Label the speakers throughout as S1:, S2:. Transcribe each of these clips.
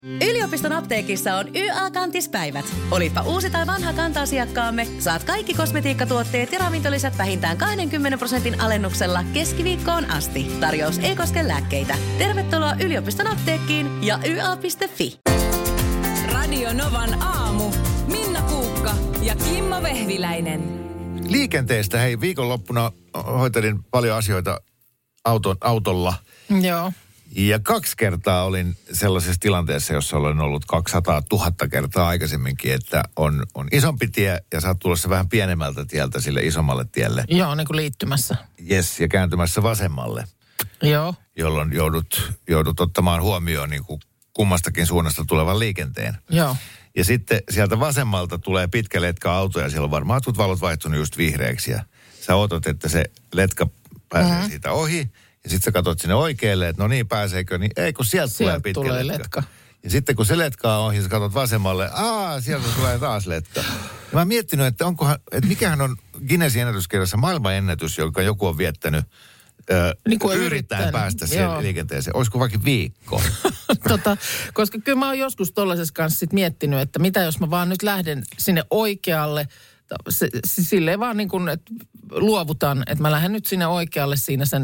S1: Yliopiston apteekissa on YA-kantispäivät. Olipa uusi tai vanha kanta-asiakkaamme, saat kaikki kosmetiikkatuotteet ja ravintolisät vähintään 20% alennuksella keskiviikkoon asti. Tarjous ei koske lääkkeitä. Tervetuloa yliopiston apteekkiin ja YA.fi.
S2: Radio Novan aamu. Minna Kuukka ja Kimmo Vehviläinen.
S3: Liikenteestä, hei, viikonloppuna hoitelin paljon asioita autolla.
S4: Joo.
S3: Ja 2 kertaa olin sellaisessa tilanteessa, jossa olen ollut 200 000 kertaa aikaisemminkin, että on isompi tie ja saat tulossa vähän pienemmältä tieltä sille isommalle tielle.
S4: Joo, niin kuin liittymässä.
S3: Yes, ja kääntymässä vasemmalle.
S4: Joo.
S3: Jolloin joudut ottamaan huomioon niin kuin kummastakin suunnasta tulevan liikenteen.
S4: Joo.
S3: Ja sitten sieltä vasemmalta tulee pitkä letka autoja, siellä on varmaan valot vaihtunut just vihreäksi ja sä odotat, että se letka pääsee siitä ohi. Ja sitten sä katsot sinne oikealle, että no niin, pääseekö, niin ei kun sieltä tulee pitkä letka. Ja sitten kun se letka on ohi, sä katsot vasemmalle, sieltä tulee taas letka. Ja mä oon miettinyt, että mikähän on Guinnessin ennätyskirjassa maailmanennätys, jonka joku on viettänyt yrittäen päästä siihen liikenteeseen. Olisiko vaikka viikko?
S4: Koska kyllä mä oon joskus tollaisessa kanssa sit miettinyt, että mitä jos mä vaan nyt lähden sinne oikealle, silleen vaan niin kuin, että luovutan, että mä lähden nyt sinne oikealle siinä sen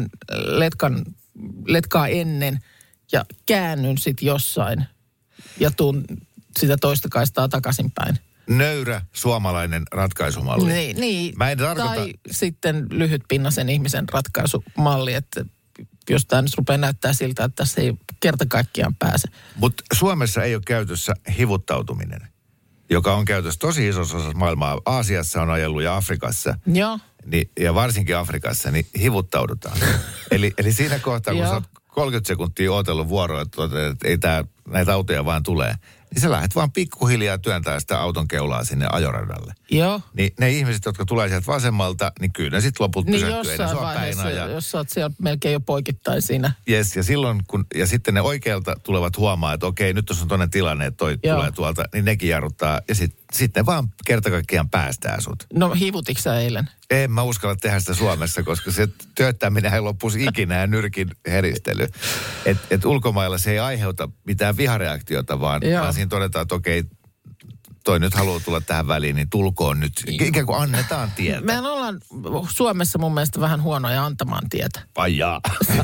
S4: letkaa ennen ja käännyn sitten jossain ja tuun sitä toista kaistaa takaisinpäin.
S3: Nöyrä suomalainen ratkaisumalli.
S4: Niin. Tai sitten lyhytpinnaisen ihmisen ratkaisumalli, että jos tämä nyt rupeaa näyttää siltä, että tässä ei kerta kaikkiaan pääse.
S3: Mutta Suomessa ei ole käytössä hivuttautuminen, joka on käytössä tosi isossa osassa maailmaa. Aasiassa on ajellut ja Afrikassa.
S4: Joo.
S3: Ja varsinkin Afrikassa, niin hivuttaudutaan. eli siinä kohtaa, kun sä oot 30 sekuntia odotellut vuoroa, että ei näitä autoja vaan tulee, niin sä lähdet vaan pikkuhiljaa työntää sitä auton keulaa sinne ajoradalle.
S4: Joo.
S3: Niin ne ihmiset, jotka tulee sieltä vasemmalta, niin kyllä ne sitten loput pysähtyy.
S4: Niin jossain vaiheessa, jos sä oot siellä melkein jo poikittain siinä.
S3: Yes, ja silloin ja sitten ne oikealta tulevat huomaa, että okei, nyt jos on toinen tilanne, että toi tulee tuolta, niin nekin jarruttaa. Ja sitten vaan kerta kaikkiaan päästää sut.
S4: No hivutitko sä eilen?
S3: En mä uskalla tehdä sitä Suomessa, koska se työttäminen ei loppuisi ikinä ja nyrkin heristely. Et ulkomailla se ei aiheuta mitään vihareaktiota, vaan siinä todetaan, että okei, toi nyt haluaa tulla tähän väliin, niin tulkoon nyt. Ikään kuin annetaan tietä.
S4: Mehän ollaan Suomessa mun mielestä vähän huonoja antamaan tietä.
S3: Pajaa.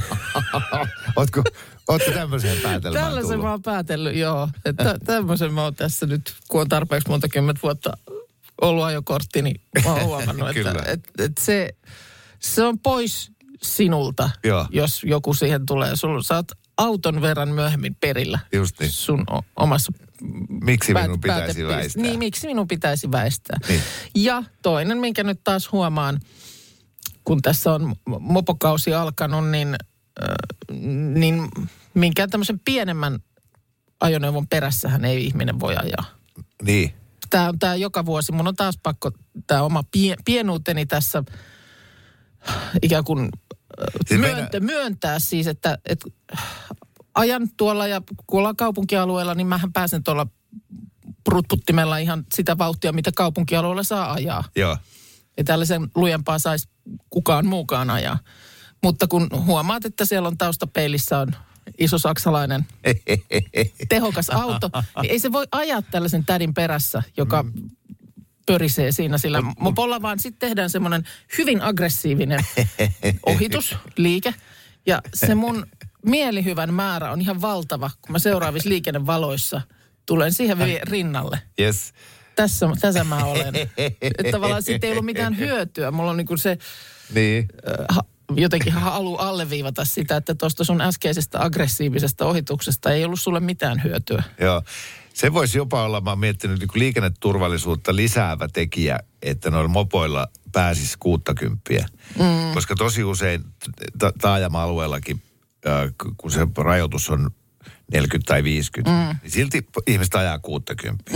S3: Ootko tämmöiseen päätelmään
S4: Tällaisen
S3: tullut?
S4: mä oon päätellyt, joo. Tämmöisen mä oon tässä nyt, kun on tarpeeksi monta kymmentä vuotta ollut ajokortti, niin mä oon huomannut, että se on pois sinulta, jos joku siihen tulee. Sä oot auton verran myöhemmin perillä.
S3: Just niin.
S4: Sun omassa
S3: Miksi minun pitäisi väistää?
S4: Niin, miksi minun pitäisi väistää.
S3: Niin.
S4: Ja toinen, minkä nyt taas huomaan, kun tässä on mopokausi alkanut, niin minkään tämmöisen pienemmän ajoneuvon perässähän ei ihminen voi ajaa.
S3: Niin.
S4: Tämä joka vuosi, mun on taas pakko tämä oma pienuuteni tässä ikään kuin myöntää siis, että ajan tuolla ja kun ollaan kaupunkialueella, niin mähän pääsen tuolla prutputtimella ihan sitä vauhtia, mitä kaupunkialueella saa ajaa.
S3: Joo.
S4: Ja tällaisen lujempaa saisi kukaan muukaan ajaa. Mutta kun huomaat, että siellä on taustapeilissä on iso saksalainen tehokas auto, niin ei se voi ajaa tällaisen tädin perässä, joka pörisee siinä sillä mopolla, vaan sitten tehdään semmoinen hyvin aggressiivinen ohitusliike. Ja se mun mielihyvän määrä on ihan valtava, kun mä seuraavissa liikennevaloissa tulen siihen rinnalle.
S3: Yes.
S4: Tässä mä olen. Että tavallaan siitä ei ollut mitään hyötyä. Mulla on niinku se jotenkin halu alleviivata sitä, että tuosta sun äskeisestä aggressiivisesta ohituksesta ei ollut sulle mitään hyötyä.
S3: Joo. Se voisi jopa olla, mä oon miettinyt niin kuin liikenneturvallisuutta lisäävä tekijä, että noilla mopoilla pääsisi 60. Koska tosi usein taajama-alueellakin, kun se rajoitus on 40 tai 50, niin silti ihmiset ajaa 60.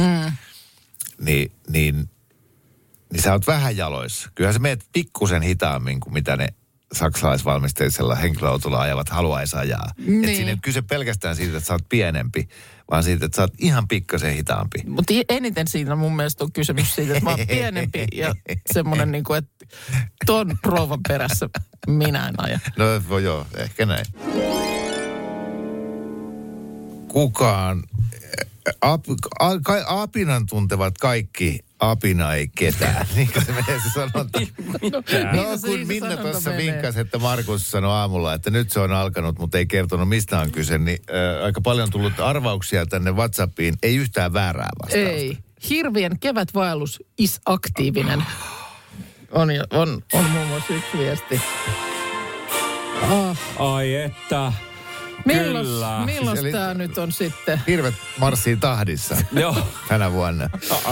S3: Niin sä oot vähän jaloissa. Kyllähän sä meet pikkusen hitaammin kuin mitä ne saksalaisvalmisteisella henkilöautolla ajavat haluaisi ajaa. Niin. Että siinä ei kyse pelkästään siitä, että sä oot pienempi, vaan siitä, että sä oot ihan pikkasen hitaampi.
S4: Mutta eniten siinä mun mielestä on kysymys siitä, että mä oon pienempi ja semmoinen niin kuin, että ton rouvan perässä minä en aja.
S3: No joo, ehkä näin. kukaan, apinan tuntevat kaikki, apina ei ketään. Niin kuin se menee se sanonta. No kun Minna tuossa vinkkasi, että Markus sanoi aamulla, että nyt se on alkanut, mutta ei kertonut mistä on kyse, niin aika paljon tullut arvauksia tänne WhatsAppiin. Ei yhtään väärää vastausta.
S4: Ei. Hirvien kevätvaellus is aktiivinen. On muun muassa yksi viesti.
S5: Ai että.
S4: Milloin tämä nyt on sitten?
S3: Hirvet marssii tahdissa.
S5: Joo.
S3: Tänä vuonna.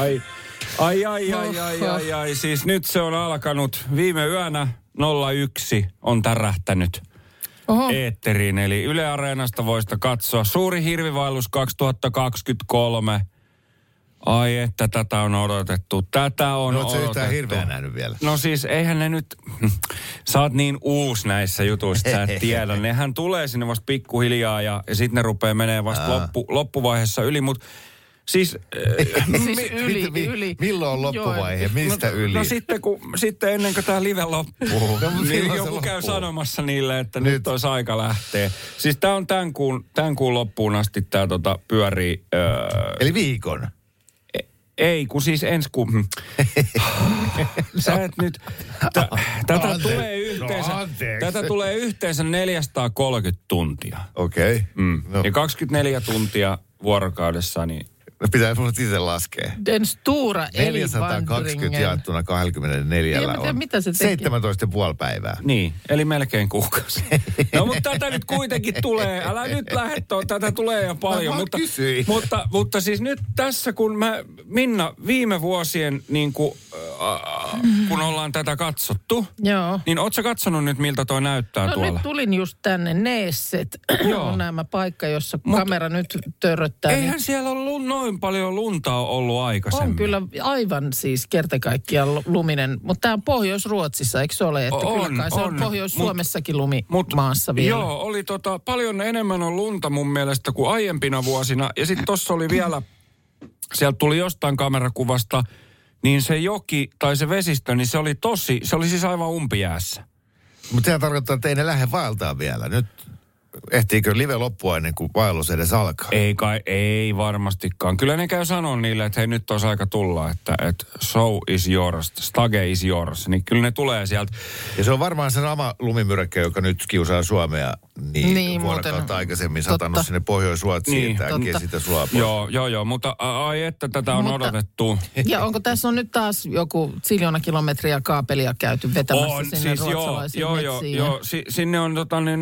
S5: Ai. Siis nyt se on alkanut. Viime yönä 01 on tärähtänyt eetteriin. Eli Yle Areenasta voi sitä katsoa. Suuri hirvivaellus 2023. Ai että tätä on odotettu.
S3: Oletko sä yhtään hirveä nähnyt vielä?
S5: No siis eihän ne nyt, sä oot niin uusi näissä jutuissa, sä et tiedä. Nehän tulee sinne vasta pikkuhiljaa ja sitten ne rupeaa menee vasta loppuvaiheessa yli, mutta siis...
S4: yli.
S3: Milloin on loppuvaihe? Mistä yli?
S5: No sitten ennen kuin tämä live loppuu, niin joku käy sanomassa niille, että nyt olisi aika lähteä. Siis tämä on tämän kuun loppuun asti tämä pyörii...
S3: Eli viikon?
S5: Ei, kun siis ensi kuun... Sä et nyt... Tätä tulee yhteensä 430 tuntia.
S3: Okei.
S5: No. Ja 24 tuntia vuorokaudessa, niin...
S3: No pitää mun itse laskea.
S4: Den stora
S3: 420 jaettuna 24 on
S4: mitä se teki?
S3: 17,5 päivää.
S5: Niin, eli melkein kuukausi. No mutta tätä nyt kuitenkin tulee. Älä nyt lähde, tätä tulee jo paljon. Mutta siis nyt tässä, kun Minna, viime vuosien niin kuin, kun ollaan tätä katsottu,
S4: joo.
S5: Niin ootko sä katsonut nyt, miltä toi näyttää tuolla?
S4: No nyt tulin just tänne Neesset. On nämä paikka, jossa kamera nyt törröttää.
S5: Eihän siellä ole noin paljon lunta ollut aikaisemmin.
S4: On kyllä aivan siis kertakaikkiaan luminen, mutta tämä on Pohjois-Ruotsissa, eikö se ole? Että kyllä kai se on Pohjois-Suomessakin lumimaassa vielä.
S5: Joo, oli paljon enemmän on lunta mun mielestä kuin aiempina vuosina. Ja sitten tuossa oli vielä, sieltä tuli jostain kamerakuvasta, niin se joki tai se vesistö, niin se oli siis aivan umpijäässä.
S3: Mutta sehän tarkoittaa, että ei ne lähde vaeltaa vielä. Nyt ehtiikö live loppua ennen kuin vaellus edes alkaa?
S5: Ei varmastikaan. Kyllä ne käy sanoa niille, että hei nyt olisi aika tulla, että show is yours, stage is yours. Niin kyllä ne tulee sieltä.
S3: Ja se on varmaan se sama lumimyräkkä, joka nyt kiusaa Suomea niin vuorokautta aikaisemmin satanut sinne Pohjois-Ruotsiin. Niin, äkkiä sitä sulaa pois.
S5: Joo, mutta ai että tätä on odotettu.
S4: Ja onko tässä on nyt taas joku 1,000 kilometriä kaapelia käyty vetämässä sinne siis ruotsalaisiin metsiin?
S5: Joo, sinne on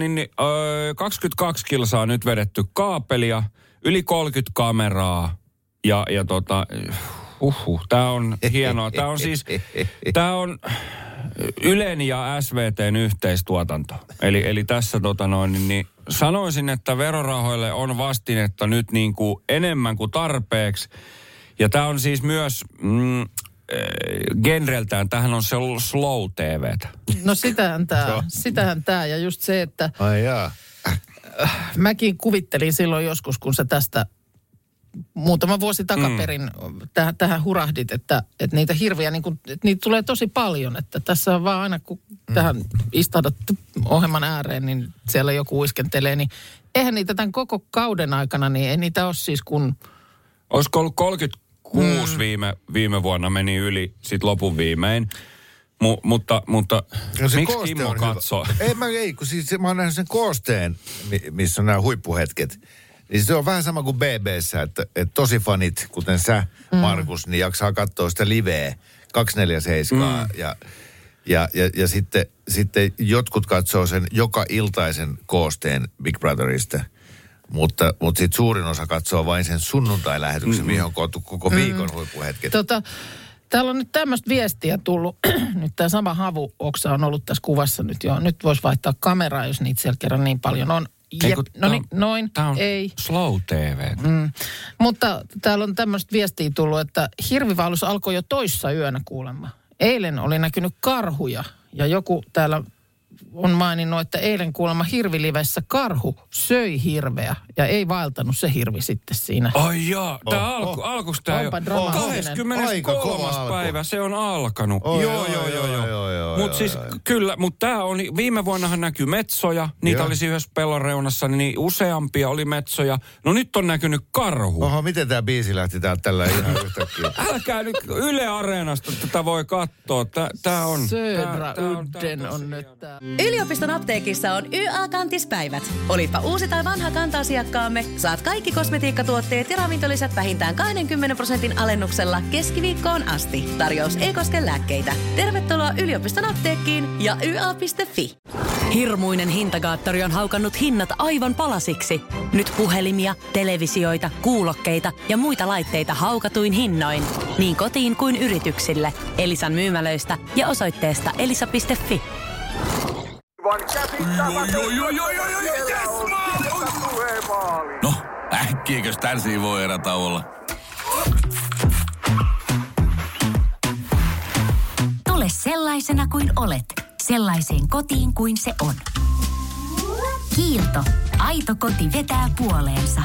S5: 22 kilsaa nyt vedetty kaapelia, yli 30 kameraa ja tää on hienoa. Tää on Ylen ja SVT:n yhteistuotanto. Eli tässä niin sanoisin, että verorahoille on vastinetta nyt niin kuin enemmän kuin tarpeeksi. Ja tää on siis myös genreltään, tämähän on se slow TV:tä.
S4: No sitähän tää ja just se, että
S3: ai jaa.
S4: Mäkin kuvittelin silloin joskus, kun sä tästä muutama vuosi takaperin tähän hurahdit, että niitä hirviä, niin kun, että niitä tulee tosi paljon. Että tässä on vaan aina, kun tähän istahdat ohjelman ääreen, niin siellä joku uiskentelee. Niin eihän niitä tämän koko kauden aikana, niin ei niitä ole siis kun...
S5: Olisiko ollut 36 viime vuonna meni yli sit lopun viimein. Mutta miksi Kimmo katsoo?
S3: Kun siis mä oon nähnyt sen koosteen, missä on nämä huippuhetket. Niin se on vähän sama kuin BB:ssä, että tosi fanit, kuten sä, Markus, niin jaksaa katsoa sitä liveä 247. Ja sitten jotkut katsoo sen joka iltaisen koosteen Big Brotherista. Mutta sitten suurin osa katsoo vain sen sunnuntai-lähetyksen, mihin on koottu koko viikon huippuhetket.
S4: Täällä on nyt tämmöistä viestiä tullut. Nyt tämä sama havuoksa on ollut tässä kuvassa nyt jo. Nyt voisi vaihtaa kameraa, jos niitä siellä kerran niin paljon on.
S5: Tämä on
S4: ei.
S5: Slow TV.
S4: Mutta täällä on tämmöistä viestiä tullut, että hirvivaellus alkoi jo toissa yönä kuulemma. Eilen oli näkynyt karhuja ja joku täällä on maininnut, että eilen kuulemma hirvilivessä karhu söi hirveä ja ei vaeltanut se hirvi sitten siinä.
S5: Ai jaa, tää alkuks tää jo? 23. päivä se on alkanut. Joo. Mut siis kyllä, tää on, viime vuonnahan näkyi metsoja, niitä olisi yhdessä pellon reunassa, niin useampia oli metsoja. No nyt on näkynyt karhu.
S3: Oho, miten tää biisi lähti täältä tällä ihan yhtäkkiä?
S5: Älkää nyt Yle Areenasta tätä voi katsoa. Tää on...
S4: Södra Udden on nyt tää.
S1: Yliopiston apteekissa on YA-kantispäivät. Olipa uusi tai vanha kanta-asiakkaamme, saat kaikki kosmetiikkatuotteet ja ravintolisät vähintään 20% alennuksella keskiviikkoon asti. Tarjous ei koske lääkkeitä. Tervetuloa yliopiston apteekkiin ja YA.fi.
S6: Hirmuinen hintakaattori on haukannut hinnat aivan palasiksi. Nyt puhelimia, televisioita, kuulokkeita ja muita laitteita haukatuin hinnoin. Niin kotiin kuin yrityksille. Elisan myymälöistä ja osoitteesta elisa.fi.
S7: No, äkkiäkös tän siivoo erätauolla?
S8: Tule sellaisena kuin olet, sellaiseen kotiin kuin se on. Kiilto. Aito koti vetää puoleensa.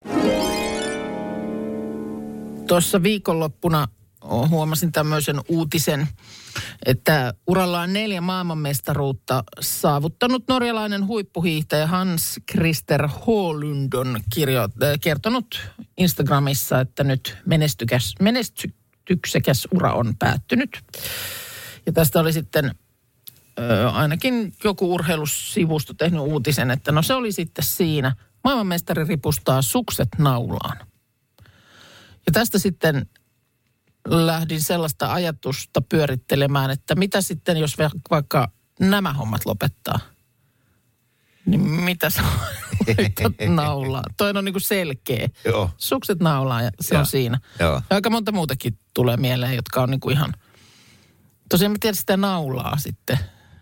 S4: Tuossa viikonloppuna huomasin tämmöisen uutisen, että urallaan 4 maailmanmestaruutta saavuttanut norjalainen huippuhiihtäjä Hans Christer Holund on kertonut Instagramissa, että nyt menestyksekäs ura on päättynyt. Ja tästä oli sitten ainakin joku urheilusivusto tehnyt uutisen, että no se oli sitten siinä. Maailmanmestari ripustaa sukset naulaan. Ja tästä sitten lähdin sellaista ajatusta pyörittelemään, että mitä sitten, jos vaikka nämä hommat lopettaa, niin mitä sä laitat naulaan? Toi on niin kuin selkeä.
S3: Joo.
S4: Sukset naulaan ja se on siinä.
S3: Joo.
S4: Ja aika monta muutakin tulee mieleen, jotka on niin kuin ihan... Tosiaan mä tiedän sitä naulaa sitten.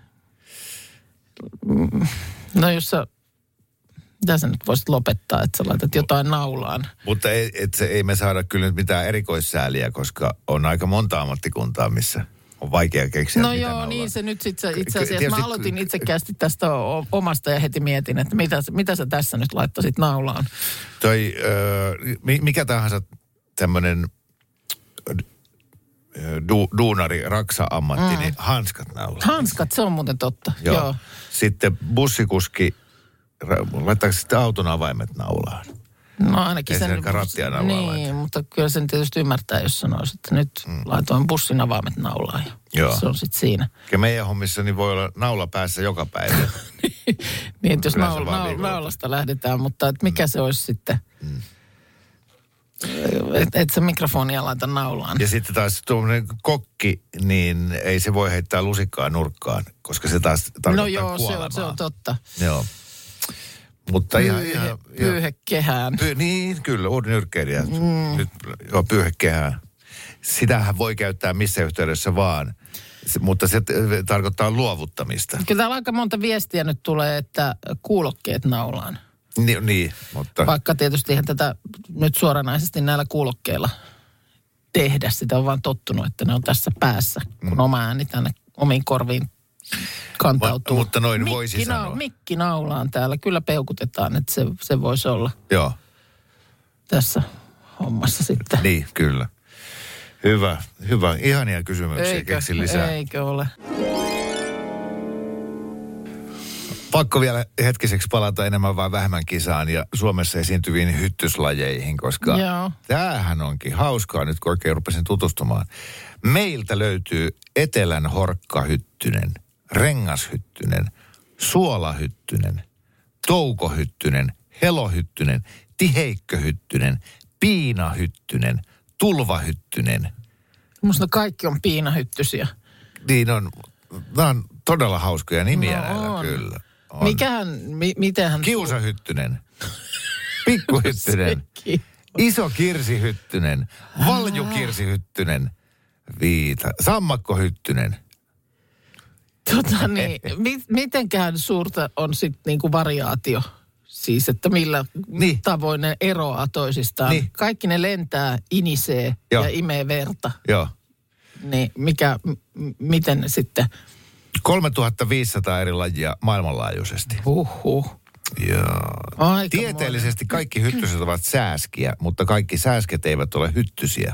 S4: No jos sä... Mitä sä nyt voisit lopettaa, että sä laitat jotain naulaan?
S3: Mutta ei me saada kyllä nyt mitään erikoissääliä, koska on aika monta ammattikuntaa, missä on vaikea keksiä.
S4: No joo, niin se nyt sitten itse asiassa. Mä aloitin itsekästi tästä omasta ja heti mietin, että mitä sä tässä nyt laittaisit naulaan?
S3: Mikä tahansa tämmöinen duunari, raksa-ammatti, niin hanskat naulaan.
S4: Hanskat, se on muuten totta. Joo.
S3: Sitten bussikuski, laittaako sitten auton avaimet naulaan?
S4: No ainakin sen...
S3: rattia naulaan
S4: niin,
S3: laita.
S4: mutta kyllä sen tietysti ymmärtää, jos sanoisi, että nyt laitoin bussin avaimet naulaan ja se on sitten siinä.
S3: Ja meidän hommissa niin voi olla naula päässä joka päivä.
S4: Niin, että jos naulasta lähdetään, mutta että mikä se olisi sitten... Että se mikrofonia laita naulaan.
S3: Ja sitten taas tuommoinen kokki, niin ei se voi heittää lusikkaa nurkkaan, koska se taas tarkoittaa
S4: no joo,
S3: kuolemaa.
S4: se on totta.
S3: Joo. Mutta
S4: pyyhekehään.
S3: Niin, kyllä, nyrkkeilijä. Nyt, pyyhekehään. Sitähän voi käyttää missä yhteydessä vaan, mutta se tarkoittaa luovuttamista.
S4: Kyllä täällä aika monta viestiä nyt tulee, että kuulokkeet naulaan.
S3: Niin, mutta...
S4: Vaikka tietysti eihän tätä nyt suoranaisesti näillä kuulokkeilla tehdä. Sitä on vaan tottunut, että ne on tässä päässä, kun oma ääni tänne omiin korviin kantautuu.
S3: Mutta noin voisi sanoa.
S4: Mikki naulaan täällä. Kyllä peukutetaan, että se voisi olla tässä hommassa sitten.
S3: Niin, kyllä. Hyvä. Ihania kysymyksiä. Keksi lisää.
S4: Eikö ole?
S3: Pakko vielä hetkiseksi palata enemmän vai vähemmän kisaan ja Suomessa esiintyviin hyttyslajeihin, koska tämähän onkin hauskaa nyt, kun oikein rupesin tutustumaan. Meiltä löytyy etelän horkkahyttynen, rengashyttynen, suolahyttynen, toukohyttynen, helohyttynen, tiheikköhyttynen, piinahyttynen, tulvahyttynen.
S4: Musta kaikki on piinahyttysiä.
S3: Niin on. Nämä on todella hauskoja nimiä näillä kyllä. On.
S4: Mitenhän...
S3: Kiusahyttynen, pikkuhyttynen, iso kirsihyttynen, valjukirsihyttynen, sammakkohyttynen.
S4: Mitenkään suurta on sitten niinku variaatio? Siis, että millä tavoin ne eroaa toisistaan. Niin. Kaikki ne lentää, inisee ja imee verta.
S3: Joo.
S4: Niin miten sitten...
S3: 3500 eri lajia maailmanlaajuisesti. Joo. Tieteellisesti kaikki hyttyset ovat sääskiä, mutta kaikki sääsket eivät ole hyttysiä.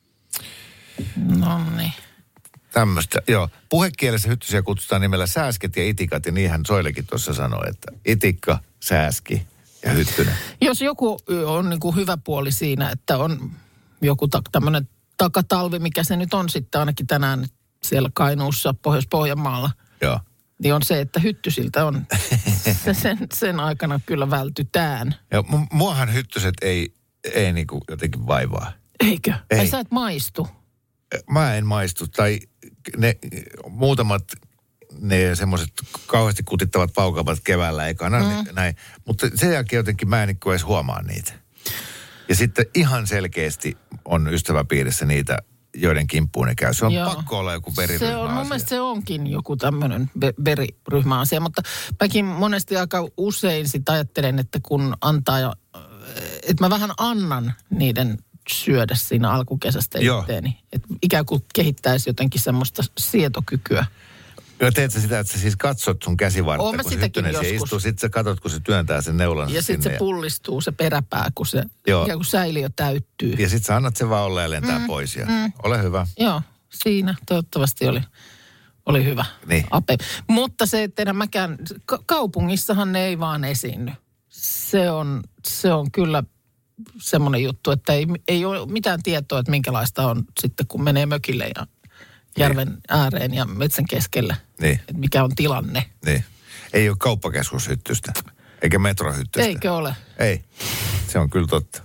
S4: Nonni.
S3: Tämmöistä, joo. Puhekielessä hyttysiä kutsutaan nimellä sääsket ja itikat, ja niinhän Soilekin tuossa sanoi, että itikka, sääski ja hyttynen.
S4: Jos joku on niin kuin hyvä puoli siinä, että on joku tämmöinen takatalvi, mikä se nyt on sitten ainakin tänään siellä Kainuussa, Pohjois-Pohjanmaalla,
S3: joo.
S4: Niin on se, että hyttysiltä on sen aikana kyllä vältytään.
S3: Ja muahan hyttyset ei niinku jotenkin vaivaa.
S4: Eikö?
S3: Ei.
S4: Ai sä et maistu?
S3: Mä en maistu. Tai ne muutamat, ne semmoiset kauheasti kutittavat paukavat keväällä ekana, näin. Mutta sen jälkeen jotenkin mä en edes huomaa niitä. Ja sitten ihan selkeästi on ystäväpiirissä niitä, joiden kimppuun ne käy. Se on pakko olla joku veriryhmäasia.
S4: Mun mielestä se onkin joku tämmöinen veriryhmäasia, mutta mäkin monesti aika usein sit ajattelen, että kun antaa, että mä vähän annan niiden syödä siinä alkukesästä itteeni. Että ikään kuin kehittäisi jotenkin semmoista sietokykyä.
S3: Joo, teet sä sitä, että sä siis katsot sun käsivartta, kun se hyttynen siellä istuu, sit sä katsot, kun se työntää sen neulan
S4: ja
S3: sinne.
S4: Sit se pullistuu, se peräpää, kun se ikään kuin säiliö täyttyy.
S3: Ja sit sä annat sen vaan olla ja lentää pois ja ole hyvä.
S4: Joo, siinä toivottavasti oli hyvä ape. Mutta se, että enää mäkään, kaupungissahan ne ei vaan esiinny. Se on kyllä semmoinen juttu, että ei ole mitään tietoa, että minkälaista on sitten, kun menee mökille ja järven ääreen ja metsän keskellä.
S3: Niin.
S4: Että mikä on tilanne.
S3: Niin. Ei ole kauppakeskushyttystä. Eikä metrohyttystä.
S4: Eikö ole?
S3: Ei. Se on kyllä totta.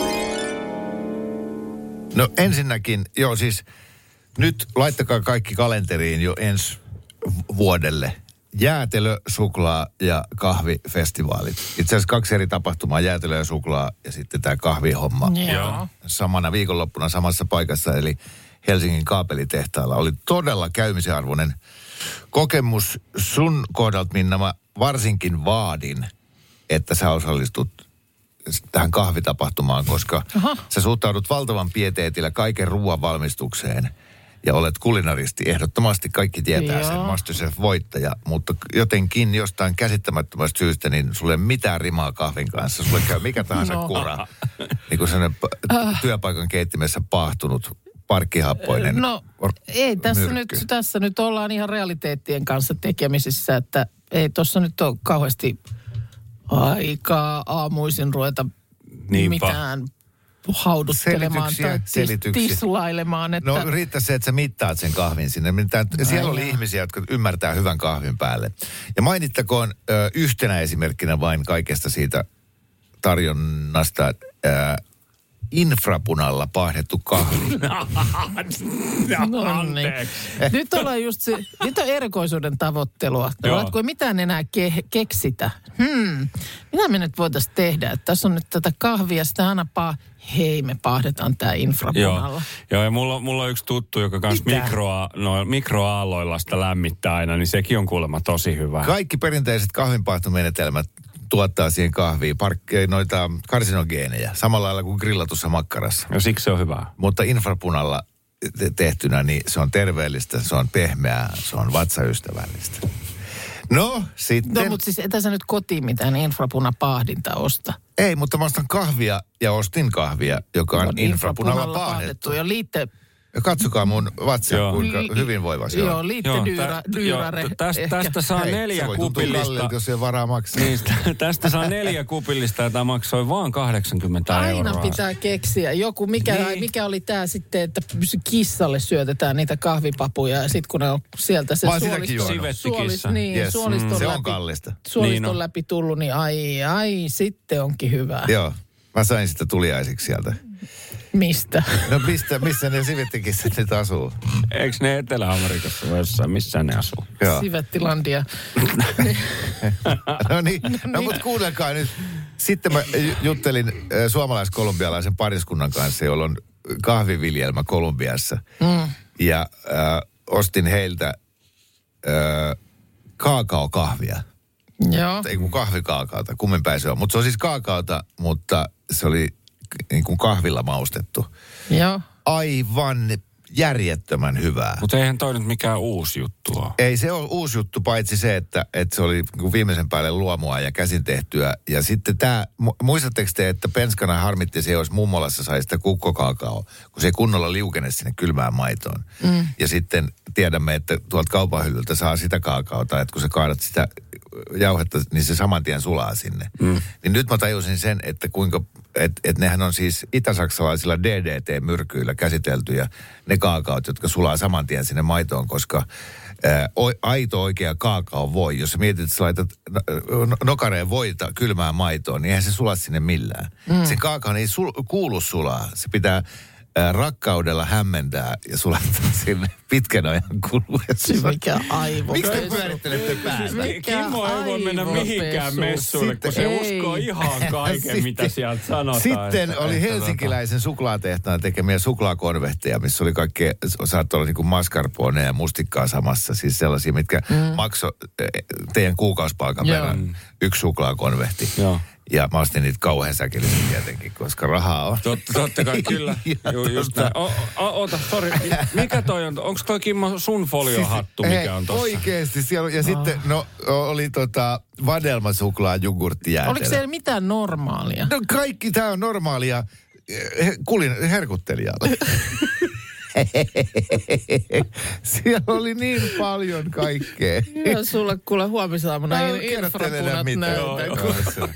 S3: No ensinnäkin, joo siis nyt laittakaa kaikki kalenteriin jo ensi vuodelle. Jäätelö, suklaa ja kahvifestivaalit. Itse asiassa 2 eri tapahtumaa, jäätelö ja suklaa ja sitten tämä kahvihomma.
S4: Joo.
S3: Samana viikonloppuna samassa paikassa, eli Helsingin kaapelitehtaalla. Oli todella käymisen arvoinen kokemus sun kohdalta, Minna. Mä varsinkin vaadin, että sä osallistut tähän kahvitapahtumaan, koska sä suhtaudut valtavan pieteetillä kaiken ruoan valmistukseen ja olet kulinaristi. Ehdottomasti kaikki tietää sen MasterChef-voittaja, mutta jotenkin jostain käsittämättömästä syystä, niin sulle ei mitään rimaa kahvin kanssa. Sulle käy mikä tahansa kura. Niin kuin sellainen työpaikan keittimessä paahtunut parkkihappoinen
S4: ei tässä nyt ollaan ihan realiteettien kanssa tekemisissä, että ei tuossa nyt ole kauheasti aikaa aamuisin ruveta mitään hauduttelemaan tai tislailemaan. Että
S3: no riittää se, että sä mittaat sen kahvin sinne. Siellä oli ihmisiä, jotka ymmärtää hyvän kahvin päälle. Ja mainittakoon yhtenä esimerkkinä vain kaikesta siitä tarjonnasta infrapunalla paahdettu kahvi.
S4: No niin. Nyt ollaan just nyt on erikoisuuden tavoittelua. Kun ei mitään enää keksitä. Mitä me nyt voitaisiin tehdä? Että tässä on nyt tätä kahvia, sitä aina me paahdetaan tää infrapunalla.
S5: Joo, ja mulla on yksi tuttu, joka kanssa mikroaalloilla sitä lämmittää aina, niin sekin on kuulemma tosi hyvä.
S3: Kaikki perinteiset kahvinpaahtomenetelmät tuottaa siihen kahviin noita karsinogeenejä, samalla lailla kuin grillatussa makkarassa.
S5: Ja siksi se on hyvää.
S3: Mutta infrapunalla tehtynä, niin se on terveellistä, se on pehmeää, se on vatsaystävällistä. No, sitten...
S4: No, mutta siis etä sä nyt kotiin mitään infrapunapahdinta osta?
S3: Ei, mutta mä ostan kahvia ja ostin kahvia, joka on infrapunalla paahdettu.
S4: Ja
S3: ja katsokaa mun vatsia, kuinka hyvinvoiva se on.
S4: Joo, liittedyyrare.
S5: Tästä saa 4 kupillista.
S3: Kallilta, jos ei varaa maksaa.
S5: Niin, tästä saa 4 kupillista, jota maksoi vaan 80 euroa.
S4: Aina pitää keksiä. Joku, mikä oli tää sitten, että kissalle syötetään niitä kahvipapuja ja sitten kun ne on sieltä se suoliston läpi tullut, niin ai, sitten onkin hyvää.
S3: Joo, mä sain sitä tuliaisiksi sieltä.
S4: Mistä?
S3: No missä ne sivettikissat nyt asuu?
S5: Eikö ne Etelä-Amerikassa jossain, missä ne asuu?
S4: Sivettilandia.
S3: No niin, mutta kuunnelkaa nyt. Sitten mä juttelin suomalais-kolumbialaisen pariskunnan kanssa, jolla on kahviviljelmä Kolumbiassa. Ja ostin heiltä kaakaokahvia.
S4: Joo.
S3: Ei kun kahvikaakaota, kumminpäin se on. Mutta se on siis kaakaota, mutta se oli niin kuin kahvilla maustettu.
S4: Joo.
S3: Aivan järjettömän hyvää.
S5: Mutta eihän toi nyt mikään uusi juttu ole.
S3: Ei se ole uusi juttu, paitsi se, että se oli viimeisen päälle luomua ja käsin tehtyä. Ja sitten tämä, muistatteko te, että penskana harmitti se, jos mummolassa sai sitä kukkokakaoa, kun se ei kunnolla liukene sinne kylmään maitoon. Ja sitten tiedämme, että tuolta kaupan hyllyltä saa sitä kaakaota, että kun sä kaadat sitä jauhetta, niin se saman tien sulaa sinne. Niin nyt mä tajusin sen, että kuinka, että nehän on siis itäsaksalaisilla DDT-myrkyillä käsiteltyjä ne kaakaot, jotka sulaa saman tien sinne maitoon, koska aito oikea kaakao voi, jos sä mietit, että sä laitat nokareen voita kylmään maitoon, niin eihän se sula sinne millään. Se kaakao ei kuulu sulaa. Se pitää rakkaudella hämmentää ja sulattaa sinne pitkän ajan kuluessa.
S4: Mikä aivo.
S3: Miksi te pyörittelette päällä?
S5: Kimmo ei voi mennä mihinkään messuille, kun se uskoo ihan kaiken, mitä sieltä sanotaan.
S3: Sitten oli helsinkiläisen suklaatehtaan tekemiä suklaakonvehteja, missä oli kaikkea, saattoi olla niin kuin mascarpone ja mustikkaa samassa. Siis sellaisia, mitkä maksoi teidän kuukausipalkan verran yksi suklaakonvehti.
S5: Joo.
S3: Ja mä ostin niitä kauhean säkillisesti tietenkin, koska rahaa on.
S5: Totta kai, kyllä. Just näin. Oota, sori. Mikä toi on? Onko toi Kimmo sun foliohattu, mikä on tossa?
S3: Oikeesti siellä. Ja sitten oli vadelmasuklaa jogurttijäätelö.
S4: Oliko siellä mitään normaalia?
S3: No kaikki tää on normaalia herkuttelijalle. Siellä oli niin paljon kaikkea.
S4: Ja sulle kuule huomisaamuna infrapunat näyttää.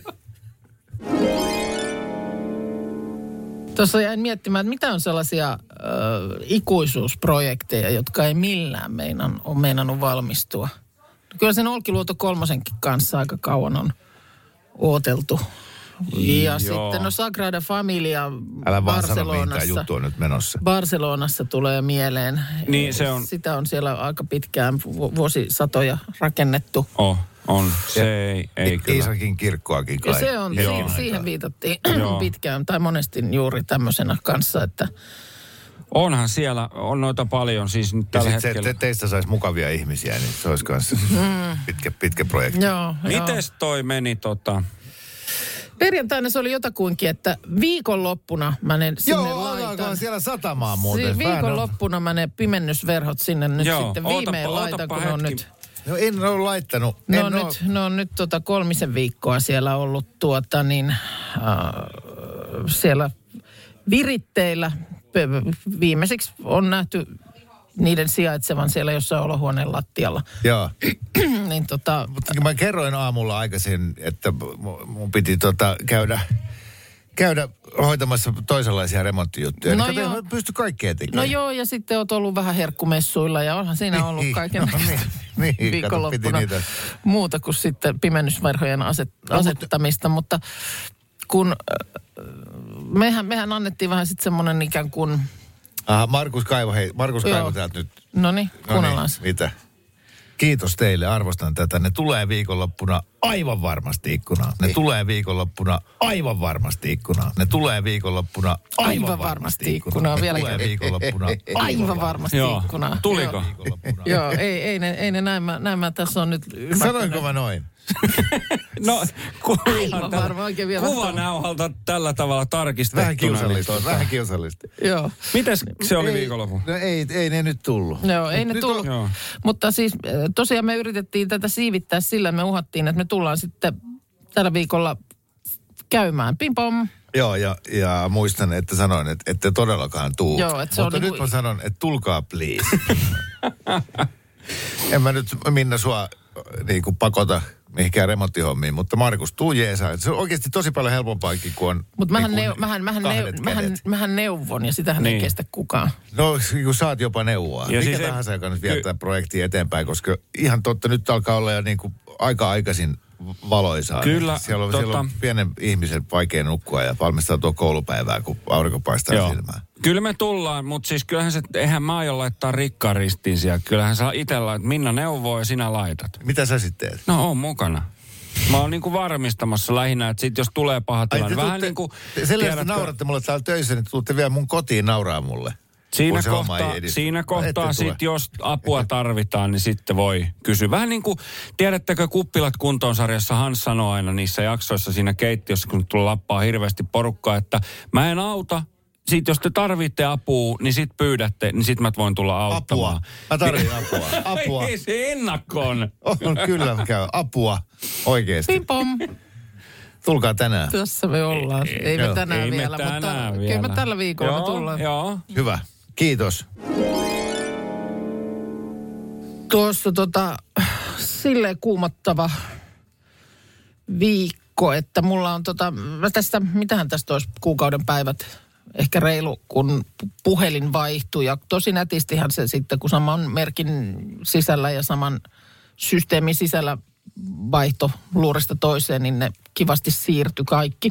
S4: Tuossa jäin miettimään, että mitä on sellaisia ikuisuusprojekteja, jotka ei millään ole meinannut valmistua. Kyllä sen Olkiluoto 3:nkin kanssa aika kauan on odoteltu. Ja sitten Sagrada Familia
S3: Älä vaan sano, mihin tämä juttu on nyt menossa.
S4: Barcelonassa tulee mieleen.
S5: Niin se on.
S4: Sitä on siellä aika pitkään, vuosisatoja rakennettu.
S5: On. Se ei kyllä.
S3: Iisakin kirkkoakin kai.
S4: Ja se on, siihen viitattiin pitkään, tai monesti juuri tämmöisenä kanssa, että...
S5: Onhan siellä, on noita paljon siis nyt tällä hetkellä.
S3: Se teistä saisi mukavia ihmisiä, niin se olisi kanssa pitkä projekti.
S4: Joo.
S5: Mites toi meni
S4: Perjantaina se oli jotakuinkin, että viikonloppuna mä ne sinne laitan.
S3: Joo, siellä satamaa muuten.
S4: Viikonloppuna mä ne pimennysverhot sinne nyt sitten viimein laitan, kun on nyt...
S3: No en ole laittanut.
S4: Ne on nyt 3 viikkoa siellä ollut siellä viritteillä. Viimeiseksi on nähty niiden sijaitsevan siellä jossain olohuoneen lattialla.
S3: Joo.
S4: Niin
S3: Mutta mä kerroin aamulla aikaisin, että mun piti käydä hoitamassa toisenlaisia remonttijuttuja.
S4: No
S3: niin mä pysty kaikkea tekemään.
S4: No joo, ja sitten oot ollut vähän herkkumessuilla ja onhan siinä ollut kaiken viikonloppuna muuta kuin sitten pimennysverhojen asettamista. Mutta kun mehän annettiin vähän sitten semmoinen ikään kuin...
S3: Aha, Markus Kaivo täältä nyt.
S4: Noniin, kuunnellaan.
S3: Mitä? Kiitos teille, arvostan tätä. Ne tulee viikonloppuna aivan varmasti ikkunaan. Ne tulee viikonloppuna aivan varmasti ikkunaan. Ne tulee viikonloppuna aivan varmasti ikkunaan.
S4: Vielä
S3: tulee viikonloppuna
S4: aivan varmasti ikkunaan.
S5: Tuliko?
S4: Joo, ei ne näin mä tässä on nyt ymmärtänyt.
S3: Sanoinko mä noin?
S5: No,
S3: kuvanauhalta
S5: tällä tavalla tarkistettuna.
S3: Vähän kiusallista.
S4: Joo.
S5: Mites se oli viikonloppu?
S3: No ei ne nyt tullut.
S4: Joo, ei ne tullut. Mutta siis tosiaan me yritettiin tätä siivittää sillä, me uhattiin, että me tullaan sitten tällä viikolla käymään. Pim pom.
S3: Joo, ja muistan, että sanoin, että ette todellakaan tuu.
S4: Joo, että se
S3: mutta
S4: on
S3: nyt mä sanon, että tulkaa please. En mä nyt, Minna, sua niin pakota mihinkään remonttihommiin, mutta Markus, tuu jeesaa. Se on oikeasti tosi paljon helpompaakin kuin on...
S4: Mutta mähän neuvon ja sitähän ei kestä kukaan.
S3: No, kun saat jopa neuvoa.
S5: Ja
S3: mikä
S5: siis
S3: tahansa, joka nyt viettää projektia eteenpäin, koska ihan totta, nyt alkaa olla jo niin kuin aika aikaisin valoisaa.
S5: Kyllä,
S3: siellä on pienen ihmisen vaikea nukkua ja valmistautua koulupäivään, kun aurinko paistaa silmään.
S5: Kyllä me tullaan, mutta siis kyllähän eihän mä aio laittaa rikkaan ristiin siellä. Kyllähän saa itsellä, että Minna neuvoo ja sinä laitat.
S3: Mitä sä sitten teet?
S5: No, oon mukana. Mä oon niinku varmistamassa lähinnä, että sit jos tulee paha tilanne, vähän niin kuin...
S3: Sellaista nauratte mulle täällä töissä, niin tuutte vielä mun kotiin nauraa mulle.
S5: Siinä kohtaa sit, jos apua tarvitaan, niin sitten voi kysyä. Vähän niin kuin, tiedättekö Kuppilat kuntoon -sarjassa Hans sanoo aina niissä jaksoissa siinä keittiössä, kun tulee lappaa hirveästi porukkaa, että mä en auta, sit jos te tarvitte apua, niin sit pyydätte, niin sit mä voin tulla auttamaan.
S3: Apua. Mä tarvitsen apua.
S5: Ei se ennakkoon.
S3: On kyllä käy. Apua. Oikeesti.
S4: Pimpom.
S3: Tulkaa tänään.
S4: Tässä me ollaan. Ei me tänään
S5: Ei me
S4: vielä,
S5: tänään
S4: mutta
S5: vielä.
S4: kyllä me tällä viikolla tullaan.
S5: Joo.
S3: Hyvä. Kiitos.
S4: Tuossa silleen kuumottava viikko, että mulla on mä tästä, mitähän tästä olisi kuukauden päivät, ehkä reilu, kun puhelin vaihtui. Ja tosi nätistihän se sitten, kun saman merkin sisällä ja saman systeemin sisällä vaihto luurista toiseen, niin ne kivasti siirtyi kaikki.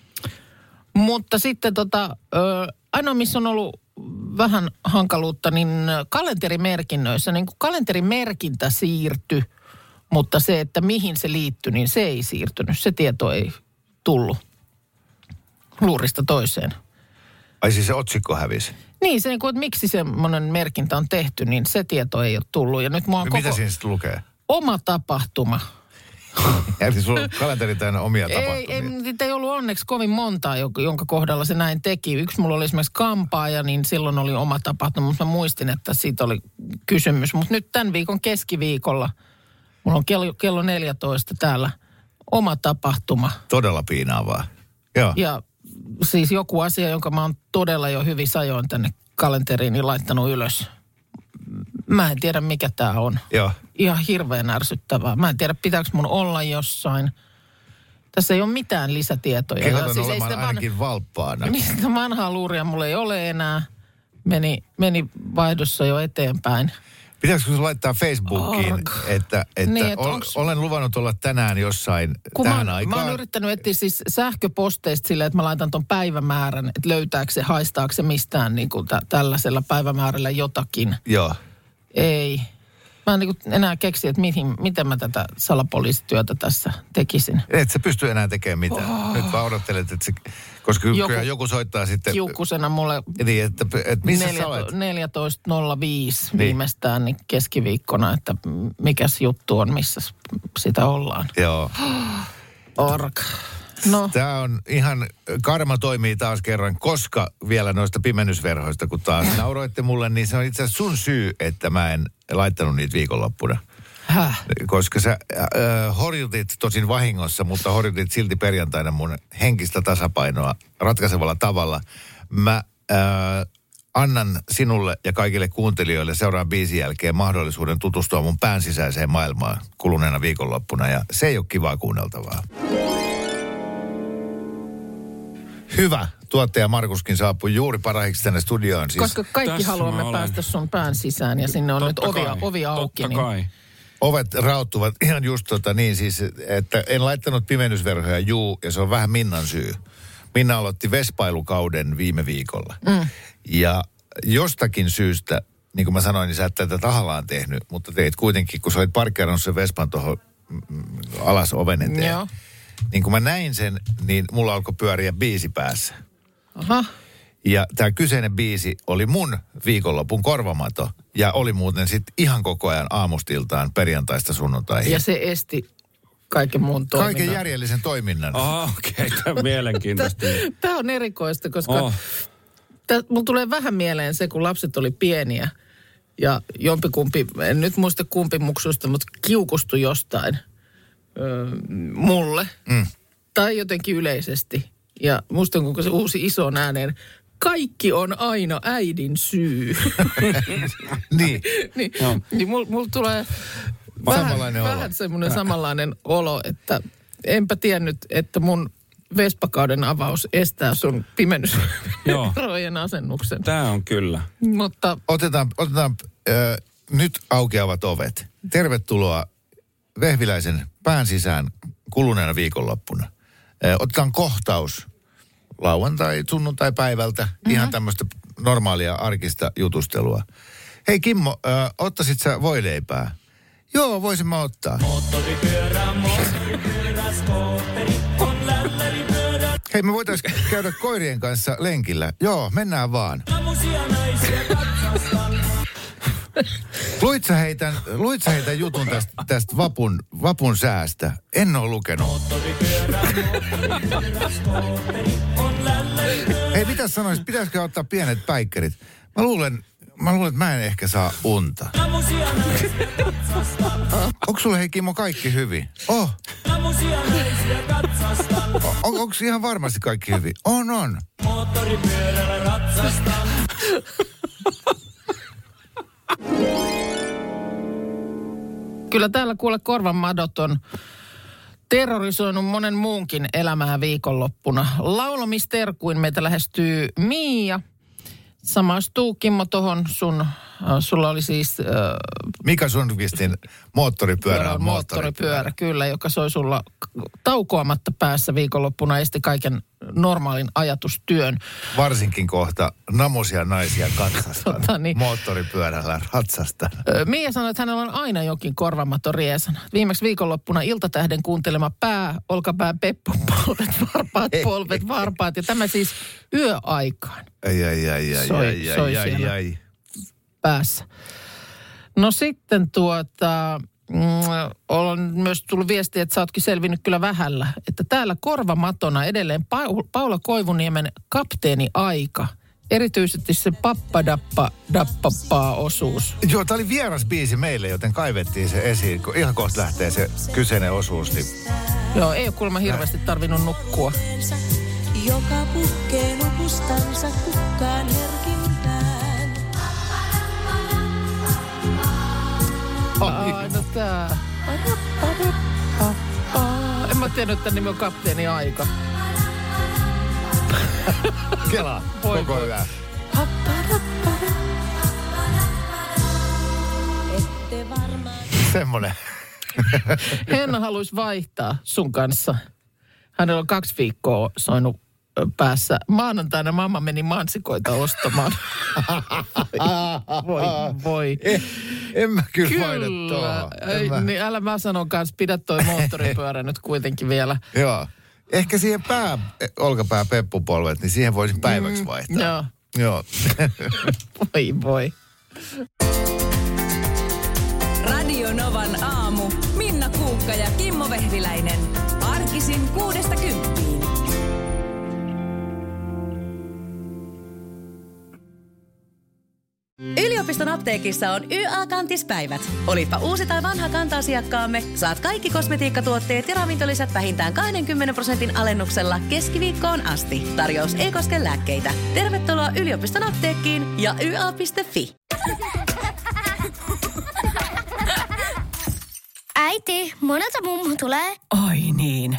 S4: Mutta sitten ainoa, missä on ollut vähän hankaluutta, niin kalenterimerkinnöissä, niin kuin kalenterimerkintä siirtyi, mutta se, että mihin se liittyi, niin se ei siirtynyt. Se tieto ei tullut luurista toiseen.
S3: Ai siis se otsikko hävisi?
S4: Niin, se, että miksi semmoinen merkintä on tehty, niin se tieto ei ole tullut. Ja nyt mua on
S3: Mitä siinä sitten lukee?
S4: Oma tapahtuma.
S3: Eli sulla on kalenteri täynnä omia tapahtumia.
S4: Niitä ei ollut onneksi kovin montaa, jonka kohdalla se näin teki. Yksi mulla oli esimerkiksi kampaaja, niin silloin oli oma tapahtuma, mutta mä muistin, että siitä oli kysymys. Mutta nyt tämän viikon keskiviikolla, mulla on kello 14 täällä oma tapahtuma.
S3: Todella piinaavaa. Joo.
S4: Ja siis joku asia, jonka mä oon todella jo hyvin sajoin tänne kalenteriin niin laittanut ylös. Mä en tiedä, mikä tää on.
S3: Joo.
S4: Ihan hirveän ärsyttävää. Mä en tiedä, pitääkö mun olla jossain. Tässä ei ole mitään lisätietoja.
S3: Kehotan
S4: siis
S3: olemaan ainakin valppaana.
S4: Sitä vanhaa luuria mulla ei ole enää. Meni vaihdossa jo eteenpäin.
S3: Pitäisikö se laittaa Facebookiin, että niin, olen luvannut olla tänään jossain tähän aikaan?
S4: Mä oon yrittänyt etsiä siis sähköposteista silleen, että mä laitan ton päivämäärän, että löytääkö se, haistaako se mistään niin kuin tällaisella päivämäärällä jotakin.
S3: Joo.
S4: Ei. Mä en niin enää keksi, että miten mä tätä salapoliisityötä tässä tekisin.
S3: Et sä pysty enää tekemään mitään. Nyt vaan odottelet, että se, koska joku soittaa sitten.
S4: Kiukkusena mulle
S3: niin, että missä sä olet?
S4: 14.05 viimeistään niin keskiviikkona, että mikäs juttu on, missä sitä ollaan.
S3: Joo.
S4: Ork. No.
S3: Tämä on ihan, karma toimii taas kerran, koska vielä noista pimennysverhoista, kun taas nauroitte mulle, niin se on itse asiassa sun syy, että mä en laittanut niitä viikonloppuna.
S4: Häh?
S3: Koska sä horjutit tosin vahingossa, mutta horjutit silti perjantaina mun henkistä tasapainoa ratkaisevalla tavalla. Mä annan sinulle ja kaikille kuuntelijoille seuraavan biisin jälkeen mahdollisuuden tutustua mun pään sisäiseen maailmaan kuluneena viikonloppuna, ja se ei ole kivaa kuunneltavaa. Hyvä. Tuottaja Markuskin saapui juuri parhaiksi tänne studioon. Siis
S4: koska kaikki haluamme päästä sun pään sisään ja sinne on nyt ovi auki.
S5: Totta kai.
S3: Ovet rauttuvat ihan just niin siis, että en laittanut pimennysverhoja ja se on vähän Minnan syy. Minna aloitti vespailukauden viime viikolla. Ja jostakin syystä, niin kuin mä sanoin, niin sä et tätä tahallaan tehnyt, mutta teit kuitenkin, kun sä olit parkkeerannut sen vespan tuohon alas oven eteen.
S4: Joo.
S3: Niin kun mä näin sen, niin mulla alkoi pyöriä biisi päässä.
S4: Aha.
S3: Ja tämä kyseinen biisi oli mun viikonlopun korvamato. Ja oli muuten sitten ihan koko ajan aamustiltaan perjantaista sunnuntaihin.
S4: Ja se esti kaiken muun toiminnan.
S3: Kaiken järjellisen toiminnan.
S5: Okei, tämä on mielenkiintoista.
S4: Tämä on erikoista, koska mulla tulee vähän mieleen se, kun lapset oli pieniä. Ja jompikumpi, en nyt muista kumpi muksuista, mutta kiukustui jostain mulle. Tai jotenkin yleisesti. Ja musta kun se uusi ison ääneen, kaikki on aina äidin syy.
S3: Niin.
S4: niin mulla tulee vähän semmoinen samanlainen olo, että enpä tiennyt, että mun vespakauden avaus estää sun pimennysverojen asennuksen.
S5: Tämä on kyllä.
S4: Mutta
S3: Otetaan nyt aukeavat ovet. Tervetuloa Vehviläisen pään sisään kuluneena viikonloppuna. Otetaan kohtaus lauantai, sunnuntai päivältä. Ihan tämmöistä normaalia arkista jutustelua. Hei Kimmo, ottaisit sä voileipää? Joo, voisin mä ottaa. Hei, me voitaisiin käydä koirien kanssa lenkillä. Joo, mennään vaan. Luit sä heitän jutun tästä vapun säästä? En ole lukenut. Hei, mitä sanoisit, pitäisikö ottaa pienet päikkerit? Mä luulen, että mä en ehkä saa unta. Onko sulle, hei Kimmo, kaikki hyvin? Onko ihan varmasti kaikki hyvin? On.
S9: Moottoripyörällä ratsastaa.
S4: Kyllä täällä kuule korvan madot on terrorisoinut monen muunkin elämää viikonloppuna. Laulamisterkuin meitä lähestyy Miia. Samaistuu Kimmo tohon sulla oli siis...
S3: Mika Sundqvistin moottoripyörä on
S4: moottoripyörä, kyllä, joka soi sulla taukoamatta päässä viikonloppuna, esti kaiken normaalin ajatustyön.
S3: Varsinkin kohta namusia naisia katsastaan moottoripyörällä ratsasta.
S4: Mia sanoi, että hänellä on aina jokin korvamaton riesana. Viimeksi viikonloppuna Iltatähden kuuntelema olkapää, peppu, polvet, varpaat ja tämä siis yöaikaan.
S3: Ai.
S4: Päässä. No sitten on myös tullut viestiä, että sä ootkin selvinnyt kyllä vähällä, että täällä korvamatona edelleen Paula Koivuniemen Kapteeni Aika. Erityisesti se pappadappa-osuus.
S3: Joo, tää oli vieras biisi meille, joten kaivettiin se esiin. Kun ihan kohta lähtee se kyseinen osuus. Niin...
S4: Joo, ei ole kuulemma hirveästi tarvinnut nukkua.
S9: Joka pukkee nukustansa kukkaan herkimpään.
S4: No tää. En mä tiennyt, että nimi on Kapteeni Aika.
S3: Kela, koko yö. Semmonen.
S4: Henna haluaisi vaihtaa sun kanssa. Hänellä on 2 viikkoa soinut päässä. Maanantaina mamma meni mansikoita ostamaan. Voi.
S3: En mä kyllä vaihda tuohon.
S4: Niin älä mä sanon kanssa, pidä toi moottoripyörä nyt kuitenkin vielä.
S3: Joo. Ehkä siihen olkapää peppupolvet, niin siihen voisin päiväksi vaihtaa. Joo.
S4: Voi.
S2: Radio Novan aamu. Minna Kuukka ja Kimmo Vehviläinen. Arkisin 6–10.
S1: Yliopiston apteekissa on YA-kantispäivät. Olipa uusi tai vanha kanta-asiakkaamme, saat kaikki kosmetiikkatuotteet ja ravintolisät vähintään 20% alennuksella keskiviikkoon asti. Tarjous ei koske lääkkeitä. Tervetuloa yliopiston apteekkiin ja YA.fi.
S10: Äiti, monelta mummu tulee?
S6: Oi niin.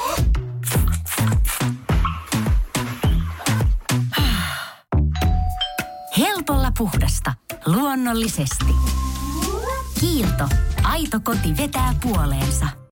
S6: Helpolla puhdasta. Luonnollisesti. Kiilto. Aito koti vetää puoleensa.